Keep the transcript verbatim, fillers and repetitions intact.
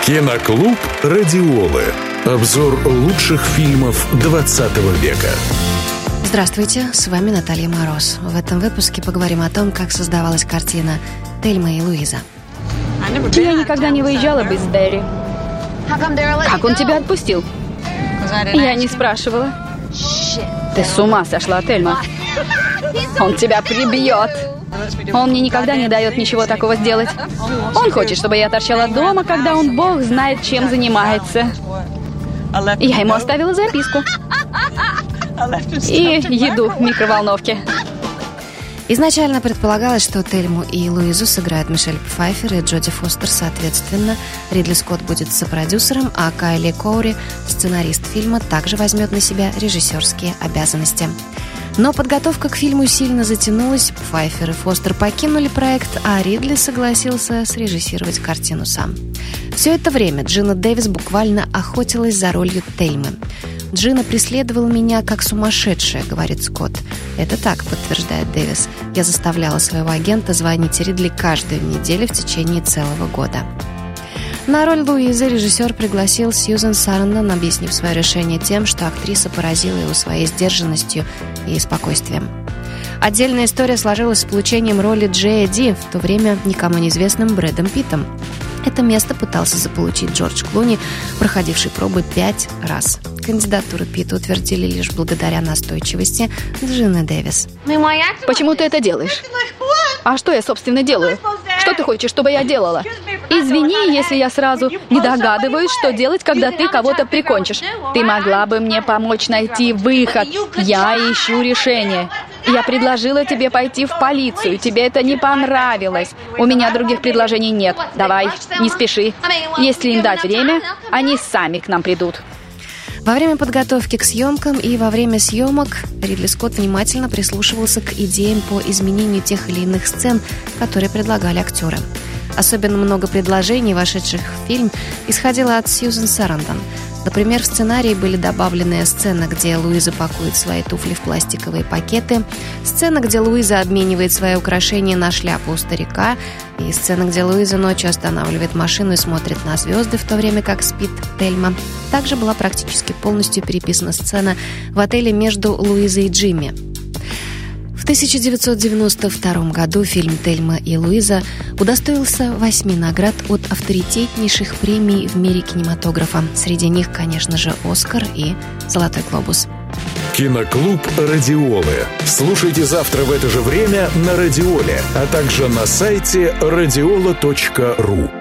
Киноклуб «Радиолы». Обзор лучших фильмов двадцатого века. Здравствуйте, с вами Наталья Мороз. В этом выпуске поговорим о том, как создавалась картина «Тельма и Луиза». Я никогда не выезжала бы из Дерри. Как он тебя отпустил? Я не спрашивала. Ты с ума сошла, Тельма. Он тебя прибьет. Он мне никогда не дает ничего такого сделать. Он хочет, чтобы я торчала дома, когда он бог знает, чем занимается. Я ему оставила записку. И еду в микроволновке. Изначально предполагалось, что Тельму и Луизу сыграют Мишель Пфайффер и Джоди Фостер соответственно. Ридли Скотт будет сопродюсером, а Кайли Коури, сценарист фильма, также возьмет на себя режиссерские обязанности. Но подготовка к фильму сильно затянулась, Пфайффер и Фостер покинули проект, а Ридли согласился срежиссировать картину сам. Все это время Джина Дэвис буквально охотилась за ролью Тельмы. «Джина преследовала меня как сумасшедшая», — говорит Скотт. «Это так», — подтверждает Дэвис. «Я заставляла своего агента звонить Ридли каждую неделю в течение целого года». На роль Луизы режиссер пригласил Сьюзен Сарандон, объяснив свое решение тем, что актриса поразила его своей сдержанностью и спокойствием. Отдельная история сложилась с получением роли Джея Ди, в то время никому неизвестным Брэдом Питтом. Это место пытался заполучить Джордж Клуни, проходивший пробы пять раз. Кандидатуру Питта утвердили лишь благодаря настойчивости Джины Дэвис. Почему ты это делаешь? А что я, собственно, делаю? Что ты хочешь, чтобы я делала? Извини, если я сразу не догадываюсь, что делать, когда ты кого-то прикончишь. Ты могла бы мне помочь найти выход. Я ищу решение. Я предложила тебе пойти в полицию. Тебе это не понравилось. У меня других предложений нет. Давай, не спеши. Если им дать время, они сами к нам придут. Во время подготовки к съемкам и во время съемок Ридли Скотт внимательно прислушивался к идеям по изменению тех или иных сцен, которые предлагали актеры. Особенно много предложений, вошедших в фильм, исходило от Сьюзен Сарандон. Например, в сценарии были добавлены сцены, где Луиза пакует свои туфли в пластиковые пакеты, сцена, где Луиза обменивает свои украшения на шляпу у старика, и сцена, где Луиза ночью останавливает машину и смотрит на звезды, в то время как спит Тельма. Также была практически полностью переписана сцена в отеле между Луизой и Джимми. В тысяча девятьсот девяносто втором году фильм «Тельма и Луиза» удостоился восьми наград от авторитетнейших премий в мире кинематографа. Среди них, конечно же, «Оскар» и «Золотой глобус». Киноклуб «Радиолы». Слушайте завтра в это же время на Радиоле, а также на сайте радиола точка ру.